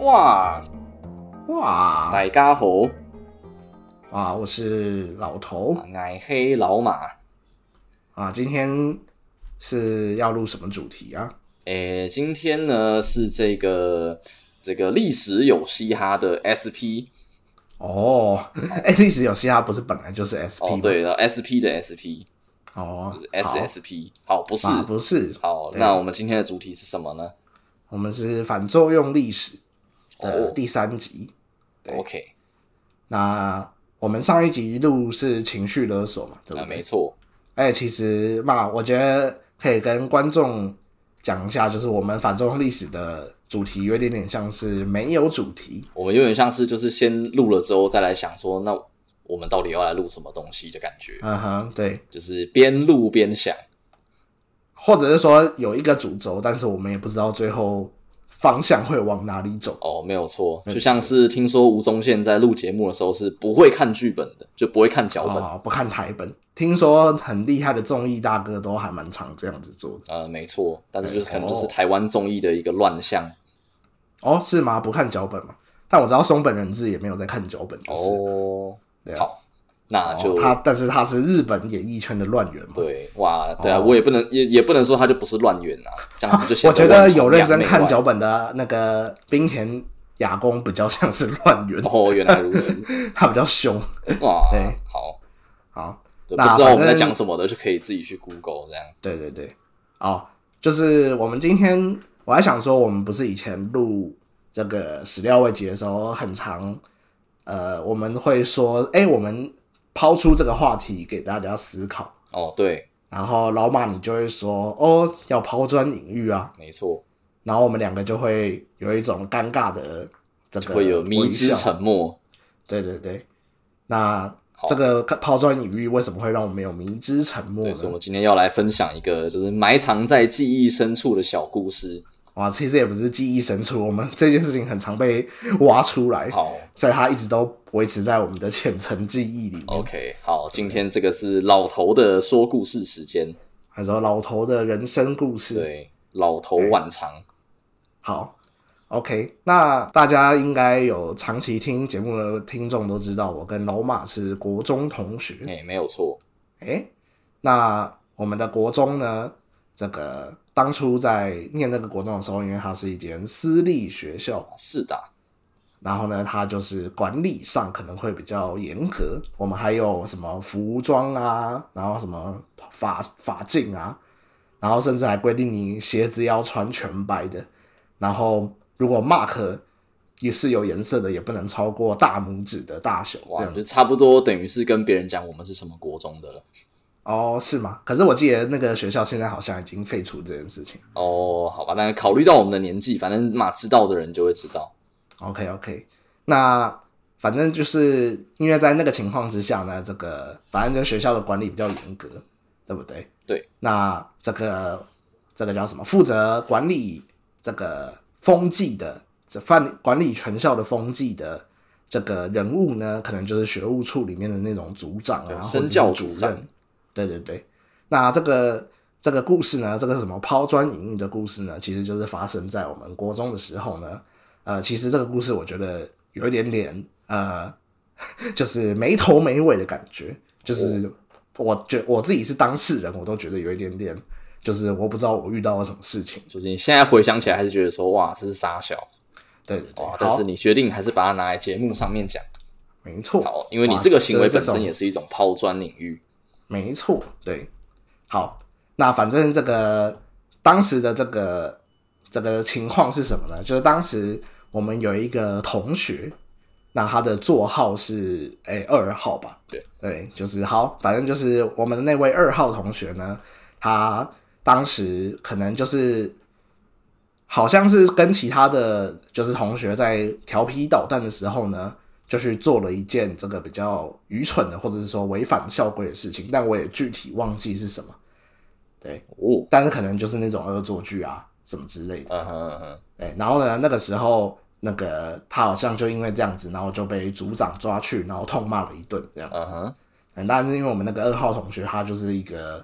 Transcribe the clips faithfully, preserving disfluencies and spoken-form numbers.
哇哇， 大家好， 啊，我是老头矮黑老马。 啊，今天是要录什么主题啊？ 诶，今天呢是这个这个历史有嘻哈的 S P 哦，哎，历史有嘻哈不是本来就是 S P 吗？ 哦，对了 ，S P 的 S P 哦， 就是 S S P， 好，不是、 啊，不是。 好，那我们今天的主题是什么呢？ 我们是反作用历史的哦第三集。 OK， 那我们上一集录是情绪勒索嘛，对不啊， 对？ 没错。 哎，其实嘛，我觉得可以跟观众讲一下，就是我们反作用历史的主题有一点点像是没有主题。 我们有点像是就是先录了之后再来想说，那我们到底要来录什么东西的感觉。 嗯哼，对， 就是边录边想。 或者是说有一个主轴，但是我们也不知道最后方向会往哪里走。 哦，没有错，就像是听说吴宗宪在录节目的时候是不会看剧本的，就不会看脚本， 哦，不看台本。听说很厉害的综艺大哥都还蛮常这样子做的。 呃，没错，但是就是可能就是台湾综艺的一个乱象。 哦，是吗？不看脚本吗？但我知道松本人志也没有在看脚本的事。 哦， 对啊， 好，那就、 哦、他，但是他是日本演艺圈的乱源嘛。 对，哇，对啊，哦、我也不能也也不能说他就不是乱源啊，这样子就显我觉得有认真看脚本本的那个滨田雅功比较像是乱源。 哦，原来如此， 他比较凶。 哇， 对， 好， 好。 不知道我们在讲什么的，就可以自己去 Google 这样。 对对对，哦，就是我们今天我还想说，我们不是以前录这个始料未及的时候，很常呃，我们会说，哎、欸，我们抛出这个话题给大家思考。 哦，对。 然后老马你就会说，哦，要抛砖引玉啊， 没错。 然后我们两个就会有一种尴尬的这个， 会有迷之沉默。 对对对，那。这个抛砖引玉为什么会让我们有迷之沉默呢？ 对，所以我们今天要来分享一个就是埋藏在记忆深处的小故事。 哇，其实也不是记忆深处，我们这件事情很常被挖出来， 好， 所以它一直都维持在我们的浅层记忆里面。 OK， 好，今天这个是老头的说故事时间， 还说老头的人生故事， 对，老头晚长。 好。OK， 那大家应该有长期听节目的听众都知道，我跟老马是国中同学。 哎、欸，没有错。 哎、欸，那我们的国中呢，这个当初在念那个国中的时候，因为它是一间私立学校， 是的。 然后呢，它就是管理上可能会比较严格。我们还有什么服装啊，然后什么发发镜啊，然后甚至还规定你鞋子要穿全白的，然后。如果 mark 也是有颜色的，也不能超过大拇指的大小。 哇，就差不多等于是跟别人讲我们是什么国中的了。 哦，是吗？可是我记得那个学校现在好像已经废除这件事情。 哦，好吧，但是考虑到我们的年纪，反正嘛，知道的人就会知道。 OK OK， 那反正就是因为在那个情况之下呢，这个反正这个学校的管理比较严格，对不对？ 对。 那这个这个叫什么？负责管理这个。风纪的这管理全校的风纪的这个人物呢，可能就是学务处里面的那种组长啊， 身教主任。对对对，那这个这个故事呢，这个什么抛砖引玉的故事呢，其实就是发生在我们国中的时候呢。呃，其实这个故事我觉得有一点点呃，就是没头没尾的感觉，就是我觉我自己是当事人，我都觉得有一点点。就是我不知道我遇到了什么事情， 就是你现在回想起来还是觉得说哇这是傻小， 对对对， 但是你决定还是把它拿来节目上面讲， 没错， 好，因为你这个行为本身也是一种抛砖引玉， 没错，对，好，那反正这个当时的这个这个情况是什么呢？就是当时我们有一个同学，那他的座号是诶二号吧， 对对，就是好，反正就是我们的那位二号同学呢，他。当时可能就是好像是跟其他的就是同学在调皮捣蛋的时候呢，就去做了一件这个比较愚蠢的或者是说违反校规的事情，但我也具体忘记是什么。对，哦，但是可能就是那种恶作剧啊什么之类的。 嗯哼嗯哼。 对，然后呢，那个时候那个他好像就因为这样子，然后就被组长抓去，然后痛骂了一顿这样子。 嗯哼。 但是因为我们那个二号同学他就是一个。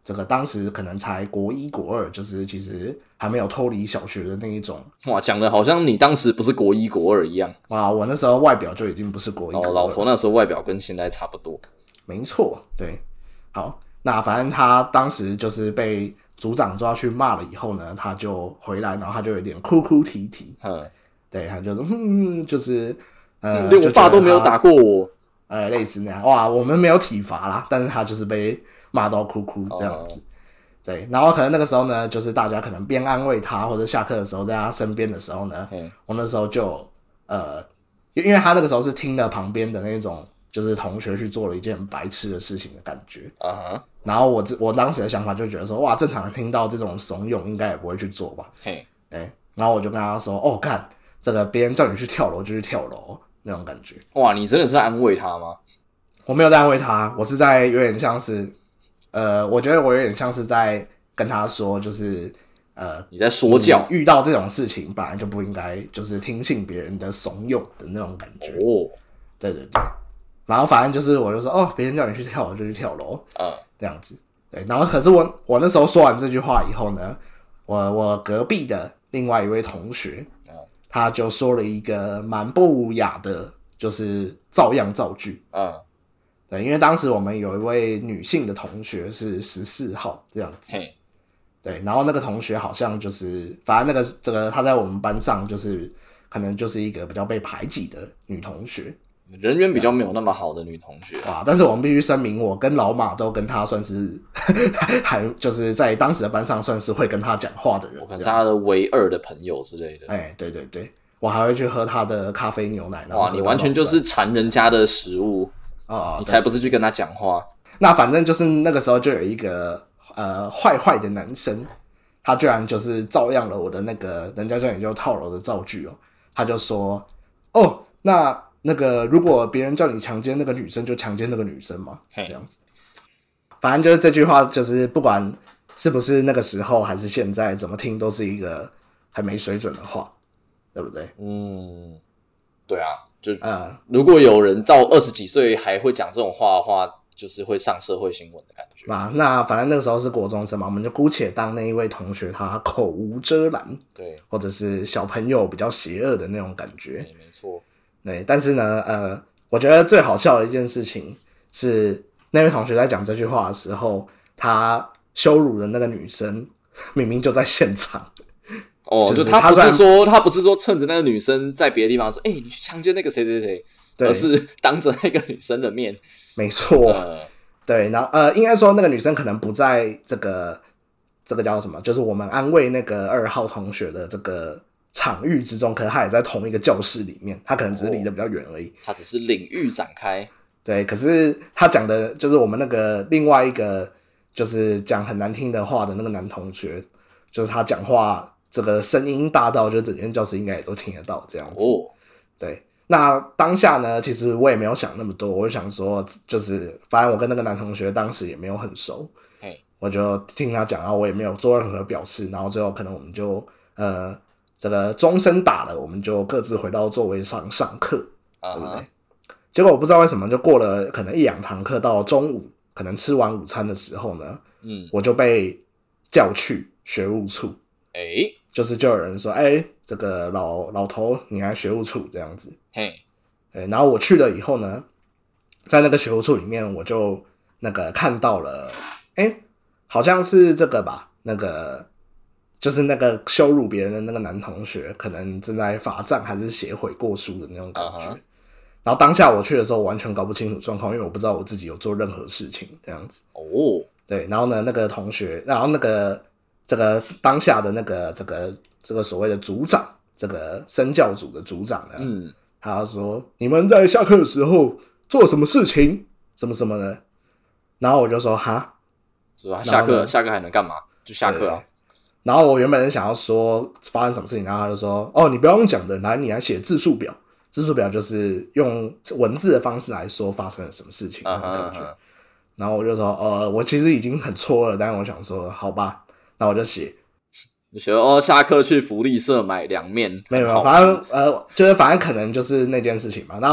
这个当时可能才国一国二，就是其实还没有脱离小学的那一种。 哇，讲的好像你当时不是国一国二一样。 哇，我那时候外表就已经不是国一国二。 哦，老头那时候外表跟现在差不多。 没错，对。好，那反正他当时就是被组长抓去骂了以后呢，他就回来，然后他就有点哭哭啼啼。 嗯， 对，他就说，嗯，就是呃， 连我爸都没有打过我。 呃，类似那样。哇，我们没有体罚啦，但是他就是被骂到哭哭这样子。哦、对，然后可能那个时候呢，就是大家可能边安慰他，或者下课的时候在他身边的时候呢，我那时候就呃，因为他那个时候是听了旁边的那种。就是同学去做了一件很白痴的事情的感觉， uh-huh. 然后我我当时的想法就觉得说，哇，正常人听到这种怂恿，应该也不会去做吧？ 嘿， 对，然后我就跟他说，哦，看这个别人叫你去跳楼就去跳楼那种感觉。 哇，你真的是在安慰他吗？ 我没有在安慰他，我是在有点像是，呃，我觉得我有点像是在跟他说，就是呃， 你在说教， 遇到这种事情本来就不应该就是听信别人的怂恿的那种感觉。 哦， 对对对。然后反正就是我就说哦，别人叫你去跳楼就去跳楼， 嗯， 这样子。对，然后可是我我那时候说完这句话以后呢，我我隔壁的另外一位同学，嗯，他就说了一个蛮不雅的，就是照样造句， 嗯， 对，因为当时我们有一位女性的同学是十四号这样子， 嘿， 对，然后那个同学好像就是反正那个这个她在我们班上就是可能就是一个比较被排挤的女同学。 人缘比较没有那么好的女同学哇！但是我们必须声明，我跟老马都跟他算是还就是在当时的班上算是会跟他讲话的人， 我可能是他的唯二的朋友之类的。 哎、欸，对对对，我还会去喝他的咖啡牛奶。 哇，你完全就是馋人家的食物哦！你才不是去跟他讲话。 那反正就是那个时候就有一个呃坏坏的男生，他居然就是照样了我的那个人家叫你就套楼的造句哦，他就说哦那。那个，如果别人叫你强奸那个女生，就强奸那个女生嘛，这样子。反正就是这句话，就是不管是不是那个时候还是现在，怎么听都是一个很没水准的话，对不对？ 嗯，对啊，就呃， 如果有人到二十几岁还会讲这种话的话，就是会上社会新闻的感觉。 啊，那反正那个时候是国中生嘛，我们就姑且当那一位同学他口无遮拦， 对， 或者是小朋友比较邪恶的那种感觉， 没错。 对，但是呢，呃，我觉得最好笑的一件事情是，那位同学在讲这句话的时候，他羞辱的那个女生明明就在现场。 哦，就他不是说他不是说趁着那个女生在别的地方说，哎、欸，你去强奸那个谁谁谁，而是当着那个女生的面。 没错， 呃、 对，然后呃，应该说那个女生可能不在这个这个叫什么，就是我们安慰那个二号同学的这个。场域之中，可能他也在同一个教室里面，他可能只是离得比较远而已。 哦、他只是领域展开， 对。可是他讲的，就是我们那个另外一个，就是讲很难听的话的那个男同学，就是他讲话这个声音大到，就整间教室应该也都听得到这样子。 哦， 对。那当下呢，其实我也没有想那么多，我就想说，就是反正我跟那个男同学当时也没有很熟，我就听他讲，然后我也没有做任何表示，然后最后可能我们就呃。这个钟声打了，我们就各自回到座位上上课， uh-huh. 对不对？结果我不知道为什么，就过了可能一两堂课，到中午可能吃完午餐的时候呢，嗯，我就被叫去学务处， 哎、欸， 就是就有人说，哎、欸，这个老老头，你来学务处这样子， 嘿， 对，然后我去了以后呢，在那个学务处里面，我就那个看到了，哎、欸，好像是这个吧，那个。就是那个羞辱别人的那个男同学，可能正在罚站还是写悔过书的那种感觉。Uh-huh. 然后当下我去的时候，完全搞不清楚状况，因为我不知道我自己有做任何事情这样子。 哦、oh. ， 对，然后呢，那个同学，然后那个这个当下的那个这个这个所谓的组长，这个身教组的组长呢，嗯，他说你们在下课的时候做什么事情，什么什么的。然后我就说哈， 是吧？下课下课还能干嘛？就下课啊。 然后我原本是想要说发生什么事情，然后他就说：“哦，你不要用讲的，来，你来写字数表。字数表就是用文字的方式来说发生了什么事情那种感觉。Uh-huh, uh-huh. 然后我就说：“呃，我其实已经很错了，但是我想说，好吧，那我就写。” 你写哦，下课去福利社买凉面， 没有没有，反正呃，就是反正可能就是那件事情嘛。那我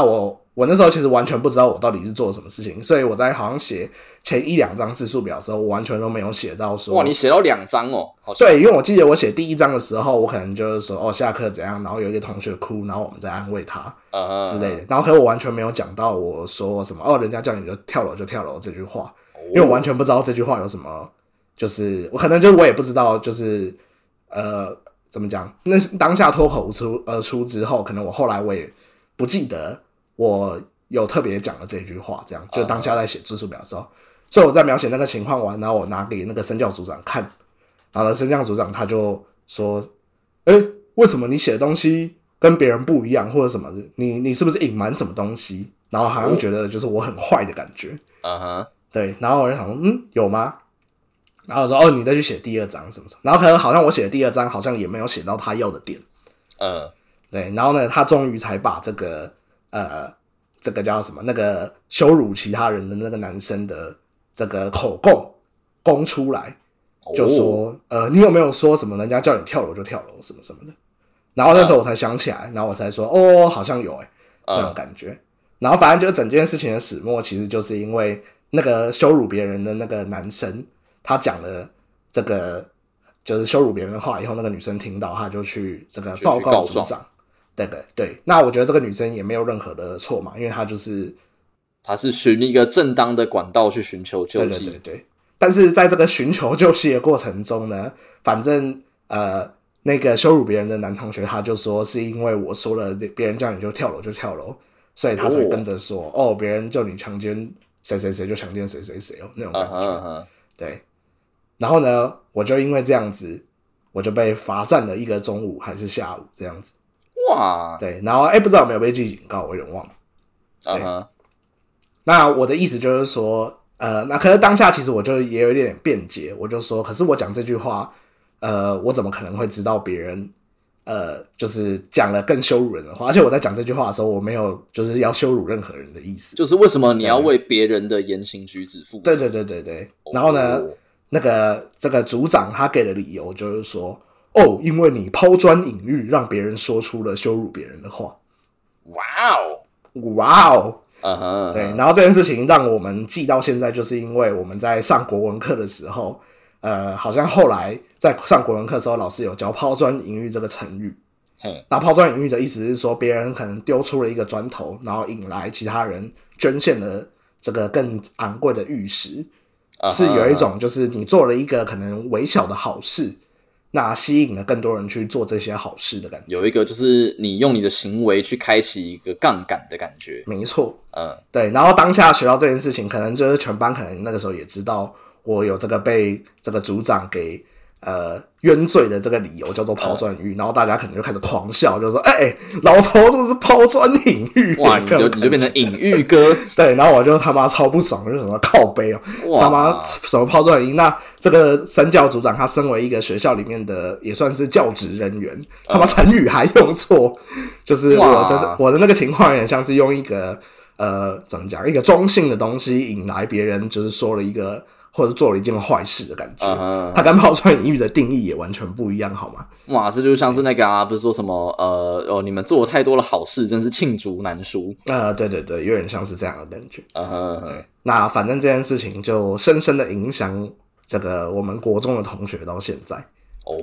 我那时候其实完全不知道我到底是做了什么事情，所以我在好像写前一两张字数表的时候，我完全都没有写到说。 哇，你写到两张哦？ 对，因为我记得我写第一章的时候，我可能就是说哦下课怎样，然后有一个同学哭，然后我们在安慰他、uh-huh. 之类的，然后可是我完全没有讲到我说什么哦，人家叫你就跳楼就跳楼这句话，因为我完全不知道这句话有什么，就是我可能就我也不知道，就是呃怎么讲，那当下脱口出而出之后，可能我后来我也不记得。我有特别讲了这句话，这样就当下在写字数表的时候， uh-huh. 所以我在描写那个情况完，然后我拿给那个生教组长看，然后生教组长他就说：“哎、欸，为什么你写的东西跟别人不一样，或者什么的？你你是不是隐瞒什么东西？”然后好像觉得就是我很坏的感觉，嗯哼，对。然后我就想说，嗯，有吗？然后我说：“哦，你再去写第二章什么什么。”然后可能好像我写的第二章好像也没有写到他要的点，嗯，对。然后呢，他终于才把这个。呃，这个叫什么？那个羞辱其他人的那个男生的这个口供供出来，就说、哦、呃，你有没有说什么人家叫你跳楼就跳楼什么什么的？然后那时候我才想起来，然后我才说哦，好像有哎、欸，那种感觉。然后反正就整件事情的始末，其实就是因为那个羞辱别人的那个男生，他讲了这个就是羞辱别人的话以后，那个女生听到，他就去这个报告组长。对对对，那我觉得这个女生也没有任何的错嘛，因为她就是她是循一个正当的管道去寻求救济， 对对对对。但是在这个寻求救济的过程中呢，反正呃那个羞辱别人的男同学他就说是因为我说了别人叫你就跳楼就跳楼，所以他才跟着说哦别、哦、人叫你强奸谁谁谁就强奸谁谁谁哦那种感觉， uh-huh, uh-huh. 对。然后呢，我就因为这样子，我就被罚站了一个中午还是下午这样子。 哇， 对，然后哎，不知道有没有被记警告，我有点忘了。嗯哼，那我的意思就是说，呃，那可是当下其实我就也有一点点辩解，我就说，可是我讲这句话，呃，我怎么可能会知道别人，呃，就是讲了更羞辱人的话？而且我在讲这句话的时候，我没有就是要羞辱任何人的意思。 就是为什么你要为别人的言行举止负责？ 对对对对对。然后呢，哦、那个这个组长他给的理由就是说。哦，因为你抛砖引玉，让别人说出了羞辱别人的话。 哇哦， 哇哦， 嗯哼， 对。然后这件事情让我们记到现在，就是因为我们在上国文课的时候，呃，好像后来在上国文课的时候，老师有教抛砖引玉这个成语。嗯，那抛砖引玉的意思是说，别人可能丢出了一个砖头，然后引来其他人捐献了这个更昂贵的玉石， uh-huh, 是有一种就是你做了一个可能微小的好事。那吸引了更多人去做这些好事的感觉， 有一个就是你用你的行为去开启一个杠杆的感觉， 没错，嗯，对。然后当下学到这件事情，可能就是全班可能那个时候也知道我有这个被这个组长给呃冤罪的这个理由叫做抛砖引玉、嗯，然后大家可能就开始狂笑，就说：“哎、欸，老头这是抛砖引玉！” 哇，你就你就变成隐喻哥， 对。然后我就他妈超不爽，就什么靠背哦，他妈什么抛砖引玉。那这个身教组长他身为一个学校里面的也算是教职人员，他妈成语还用错，就是我的我的那个情况有点像是用一个呃怎么讲一个中性的东西引来别人，就是说了一个。或者做了一件坏事的感觉， uh-huh. 他跟抛砖引玉的定义也完全不一样，好吗？ 哇，这就像是那个啊，不是说什么呃哦，你们做了太多的好事，真是罄竹难书。 呃，对对对，有点像是这样的感觉。Uh-huh, uh-huh. 那反正这件事情就深深的影响这个我们国中的同学到现在。哦、oh. ，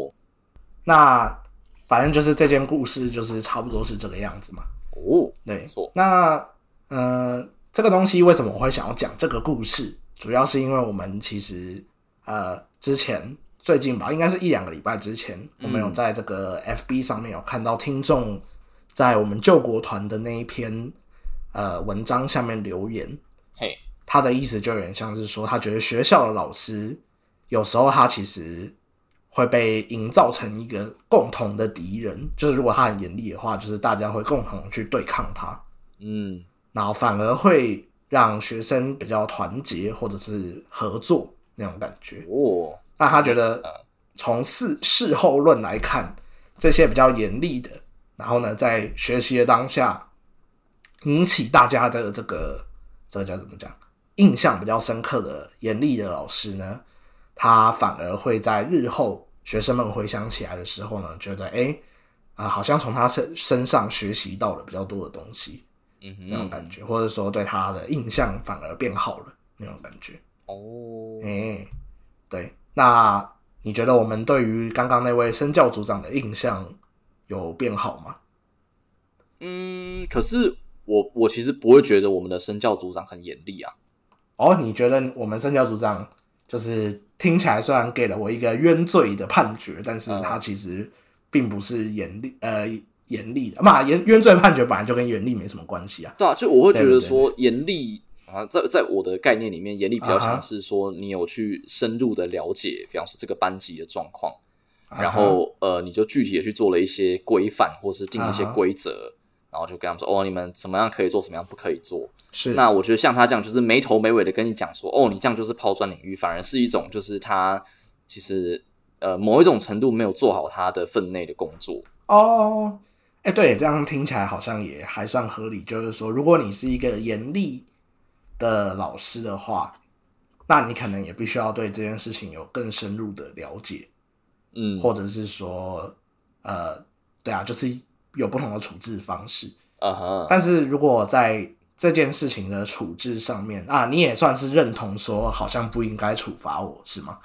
那反正就是这件故事，就是差不多是这个样子嘛。哦、oh. ，对，没错。那呃，这个东西为什么我会想要讲这个故事？主要是因为我们其实呃之前最近吧，应该是一两个礼拜之前，我们有在这个 F B 上面有看到听众在我们救国团的那一篇呃文章下面留言，嘿，他的意思就有点像是说，他觉得学校的老师有时候他其实会被营造成一个共同的敌人，就是如果他很严厉的话，就是大家会共同去对抗他，嗯，然后反而会。让学生比较团结或者是合作那种感觉哦。那他觉得从事事后论来看，这些比较严厉的，然后呢在学习的当下引起大家的这个这个叫怎么讲印象比较深刻的严厉的老师呢，他反而会在日后学生们回想起来的时候呢，觉得哎啊、呃，好像从他身身上学习到了比较多的东西。 嗯哼那种感觉，或者说对他的印象反而变好了那种感觉。 哦， 哎、欸，对，那你觉得我们对于刚刚那位身教组长的印象有变好吗？ 嗯，可是我我其实不会觉得我们的身教组长很严厉啊。 哦，你觉得我们身教组长就是听起来虽然给了我一个冤罪的判决，但是他其实并不是严厉呃严厉的嘛，冤冤罪判决本来就跟严厉没什么关系啊。 对啊，就我会觉得说严厉啊，在在我的概念里面，严厉比较像是说你有去深入的了解，比方说这个班级的状况，然后呃你就具体的去做了一些规范，或是定一些规则，然后就跟他们说哦，你们什么样可以做，什么样不可以做。 是， 那我觉得像他这样，就是没头没尾的跟你讲说，哦，你这样就是抛砖引玉，反而是一种就是他其实呃某一种程度没有做好他的分内的工作。 哦，哎、欸，对，这样听起来好像也还算合理。就是说，如果你是一个严厉的老师的话，那你可能也必须要对这件事情有更深入的了解， 嗯， 或者是说，呃，对啊，就是有不同的处置方式。 啊哈， 但是如果在这件事情的处置上面啊，你也算是认同说好像不应该处罚我，是吗？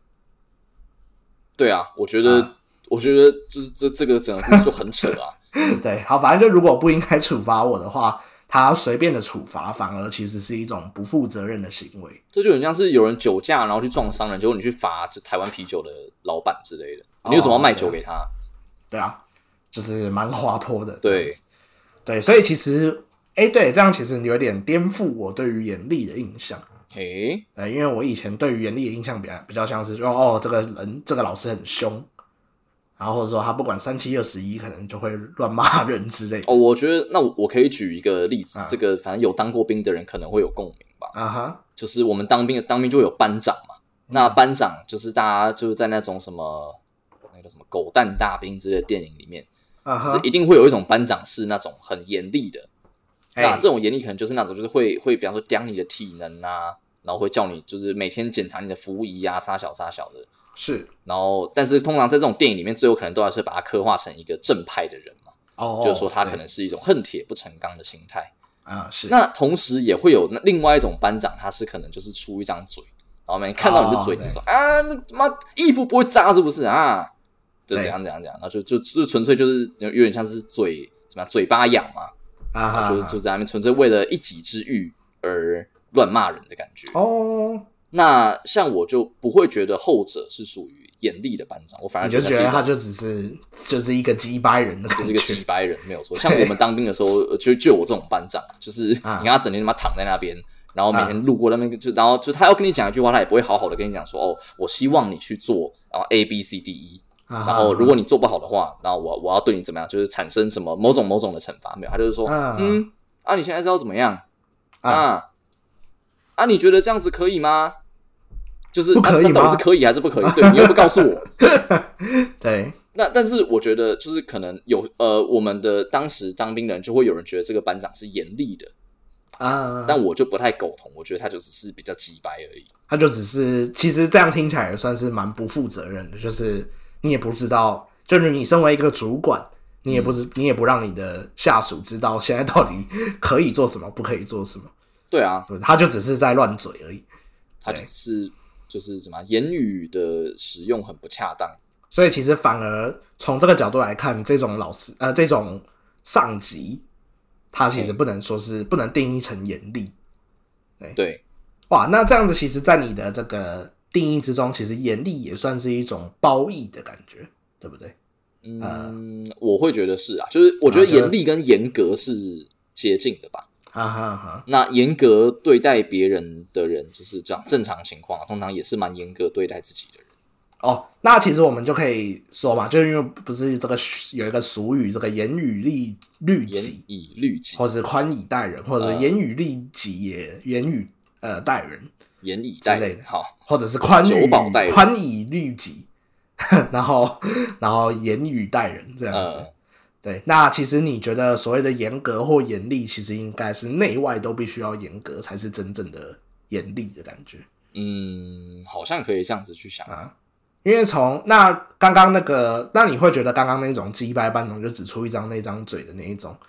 对啊，我觉得、啊、我觉得就是这这个整个故事就很扯啊。 对，好，反正就如果不应该处罚我的话，他随便的处罚反而其实是一种不负责任的行为。 这就很像是有人酒驾然后去撞伤人，结果你去罚就台湾啤酒的老板之类的，你为什么要卖酒给他？ 哦、对啊，就是蛮滑坡的。 对对，所以其实。哎、欸，对，这样其实有点颠覆我对于严厉的印象。 嘿， 对，因为我以前对于严厉的印象比较比较像是说，哦，这个人这个老师很凶，然后或者说他不管三七二十一，可能就会乱骂人之类的。 哦，我觉得那我可以举一个例子，啊、这个反正有当过兵的人可能会有共鸣吧。 啊哈， 就是我们当兵，当兵就会有班长嘛。嗯、那班长就是大家就是在那种什么那个什么狗蛋大兵之类的电影里面，啊哈，就是一定会有一种班长是那种很严厉的。那这种严厉可能就是那种，就是会会，比方说刁你的体能啊，然后会叫你就是每天检查你的服仪啊，杀小杀小的。 是， 然后但是通常在这种电影里面，最后可能都还是把它刻画成一个正派的人嘛。哦，就是说他可能是一种恨铁不成钢的心态啊。是。 那同时也会有另外一种班长，他是可能就是出一张嘴，然后每看到你的嘴，你说、哦、啊，那妈衣服不会扎是不是啊？就怎样怎样怎样，然后就就就纯粹就是有点像是嘴怎么样，嘴巴痒嘛。啊，就是就在那边纯粹为了一己之欲而乱骂人的感觉哦。那像我就不会觉得后者是属于严厉的班长，我反而觉得他就只是就是一个鸡掰人的感觉， 就是一个鸡掰人没有错。像我们当兵的时候，就就有这种班长，就是你看他整天他妈躺在那边，然后每天路过那边，就然后就他要跟你讲一句话，他也不会好好的跟你讲说哦，我希望你去做，然后 A B C D E。然后，如果你做不好的话，然后我我要对你怎么样？就是产生什么某种某种的惩罚？没有，他就是说，啊嗯，啊，你现在是要怎么样？啊，啊，啊你觉得这样子可以吗？就是不可以吗？ 啊、到底是可以还是不可以？对你又不告诉我。 对， 那但是我觉得就是可能有呃，我们的当时当兵的人就会有人觉得这个班长是严厉的啊，但我就不太苟同，我觉得他就只是比较鸡掰而已。 他就只是，其实这样听起来也算是蛮不负责任的，就是。你也不知道，就是你身为一个主管，你也不知、嗯、你也不让你的下属知道现在到底可以做什么，不可以做什么。 对啊， 对，他就只是在乱嘴而已。 他只是就是什么言语的使用很不恰当， 所以其实反而从这个角度来看，这种老师呃这种上级，他其实不能说是、嗯、不能定义成严厉。对对， 哇，那这样子其实，在你的这个。定义之中，其实严厉也算是一种褒义的感觉，对不对？ 嗯，呃、我会觉得是啊，就是我觉得严厉跟严格是接近的吧。 哈哈哈。 那严格对待别人的人，就是这样正常情况、啊，通常也是蛮严格对待自己的人。 哦，那其实我们就可以说嘛，就是因为不是这个有一个俗语，这个严以律律己， 严以律己， 或是宽以待人，或者严以律己也严以呃待人。 严以待人，好， 或者是宽以宽以律己，然后然后严以待人这样子、嗯。对，那其实你觉得所谓的严格或严厉，其实应该是内外都必须要严格，才是真正的严厉的感觉。 嗯，好像可以这样子去想啊。因为从那刚刚那个，那你会觉得刚刚那种鸡掰班长就只出一张那张嘴的那一种，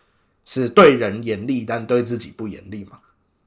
是对人严厉，但对自己不严厉吗？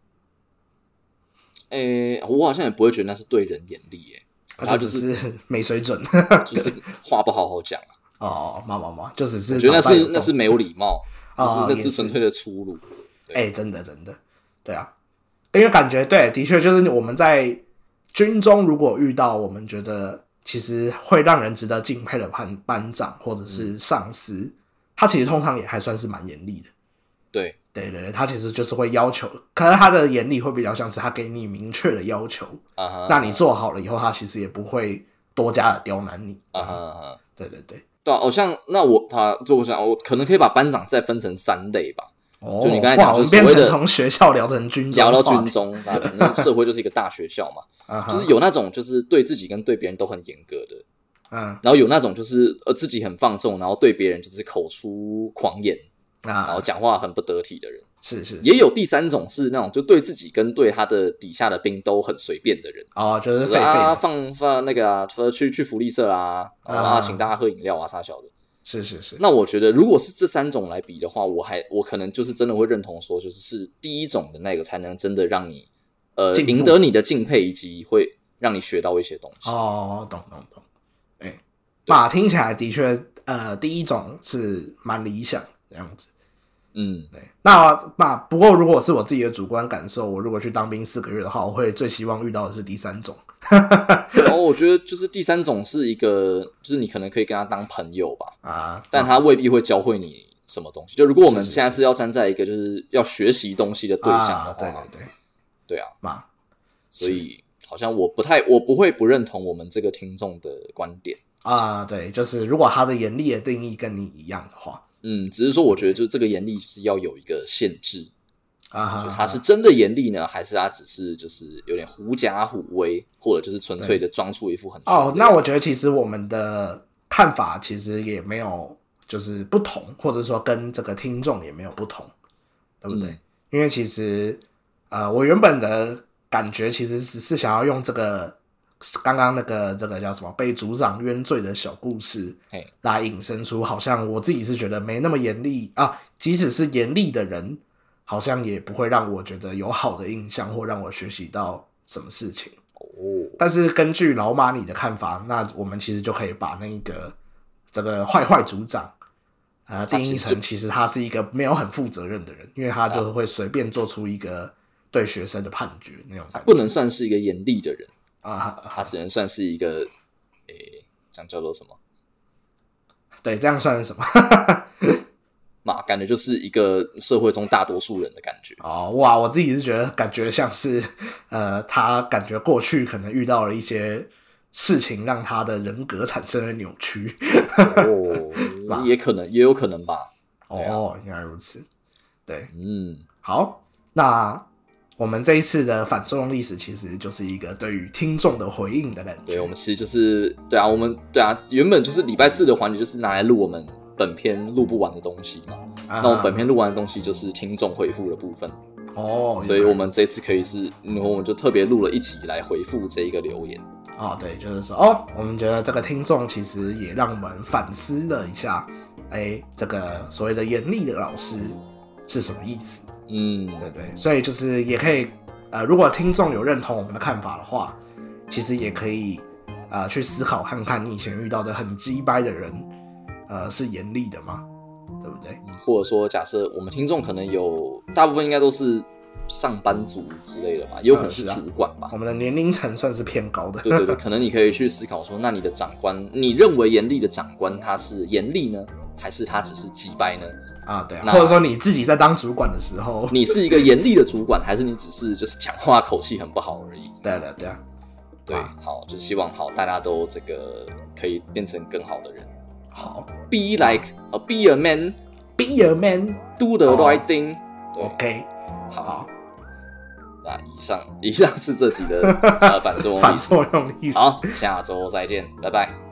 诶、欸，我好像也不会觉得那是对人严厉耶， 他就只是没水准， 就是话不好好讲啊。 哦，嘛嘛嘛，就只是我觉得那是那是没有礼貌， 哦、 就是那是纯粹的粗鲁。 哎、欸，真的真的，对啊，因为感觉对，的确就是我们在军中如果遇到我们觉得其实会让人值得敬佩的班班长或者是上司，嗯、他其实通常也还算是蛮严厉的。 对对对对，他其实就是会要求，可是他的严厉会比较像是他给你明确的要求， uh-huh, 那你做好了以后，他其实也不会多加的刁难你。 啊哈啊， 对对对。 对啊，好、哦、像那我他就我想，我可能可以把班长再分成三类吧。 哦， 就你刚才讲，就是变成从学校聊成军中， 聊到军中，反正社会就是一个大学校嘛。就是有那种就是对自己跟对别人都很严格的，嗯，然后有那种就是呃自己很放纵，然后对别人就是口出狂言啊，然后讲话很不得体的人。 是 是, 是， 也有第三种是那种就对自己跟对他的底下的兵都很随便的人哦，就是废废的啊，放放那个啊，去去福利社啦，然后请大家喝饮料啊，啥小的。 是是是。 那我觉得，如果是这三种来比的话，我还我可能就是真的会认同说，就是是第一种的那个才能真的让你呃赢得你的敬佩，以及会让你学到一些东西。 哦，懂懂懂。哎、欸，嘛，听起来的确，呃，第一种是蛮理想这样子。 嗯， 对。那那不过，如果是我自己的主观感受，我如果去当兵四个月的话，我会最希望遇到的是第三种。 然后我觉得就是第三种是一个，就是你可能可以跟他当朋友吧，啊，但他未必会教会你什么东西。就如果我们现在是要站在一个就是要学习东西的对象的话，啊、 对对对， 对啊， 嘛， 所以好像我不太，我不会不认同我们这个听众的观点啊，对，就是如果他的严厉的定义跟你一样的话。 嗯，只是说我觉得就是这个严厉是要有一个限制啊， 就他是真的严厉呢，还是他只是就是有点狐假虎威，或者就是纯粹的装出一副很哦。那我觉得其实我们的看法其实也没有就是不同，或者说跟这个听众也没有不同，对不对？嗯、因为其实呃，我原本的感觉其实是是想要用这个。刚刚那个这个叫什么被组长冤罪的小故事来引申出，好像我自己是觉得没那么严厉啊，即使是严厉的人，好像也不会让我觉得有好的印象或让我学习到什么事情。 哦， 但是根据老马你的看法，那我们其实就可以把那个这个坏坏组长呃定义成其实他是一个没有很负责任的人，因为他就会随便做出一个对学生的判决那种感觉， 不能算是一个严厉的人。 啊， 他只能算是一个，诶、欸，这样叫做什么？ 对，这样算是什么？ 嘛，感觉就是一个社会中大多数人的感觉。 哦，哇，我自己是觉得感觉像是，呃，他感觉过去可能遇到了一些事情，让他的人格产生了扭曲。 哦，也可能，也有可能吧。 哦，原来如此。对， 嗯， 好，那。我们这一次的反作用历史其实就是一个对于听众的回应的感觉。 对，我们其实就是对啊，我们对啊，原本就是礼拜四的环节就是拿来录我们本篇录不完的东西嘛。啊、那我们本篇录完的东西就是听众回复的部分。 哦， 所以我们这次可以是，我们就特别录了一集来回复这一个留言。 哦，对，就是说，哦，我们觉得这个听众其实也让我们反思了一下，哎，这个所谓的严厉的老师是什么意思？ 嗯， 对对，所以就是也可以，呃，如果听众有认同我们的看法的话，其实也可以，呃，去思考看看你以前遇到的很鸡掰的人，呃，是严厉的吗？对不对？ 或者说，假设我们听众可能有大部分应该都是上班族之类的吧，也有可能是主管吧。 呃啊、我们的年龄层算是偏高的。 对对对，可能你可以去思考说，那你的长官，你认为严厉的长官他是严厉呢，还是他只是鸡掰呢？ 啊，对啊，或者说你自己在当主管的时候， 你是一个严厉的主管，还是你只是就是讲话口气很不好而已？ 对的，对啊， 对， 啊好，就希望好大家都这个可以变成更好的人。 好 ，be like a be a man, be a man, do the right thing、 哦。OK， 好。好那以上以上是这集的呃反作用历史。 反作用历史。 好，下周再见，拜拜。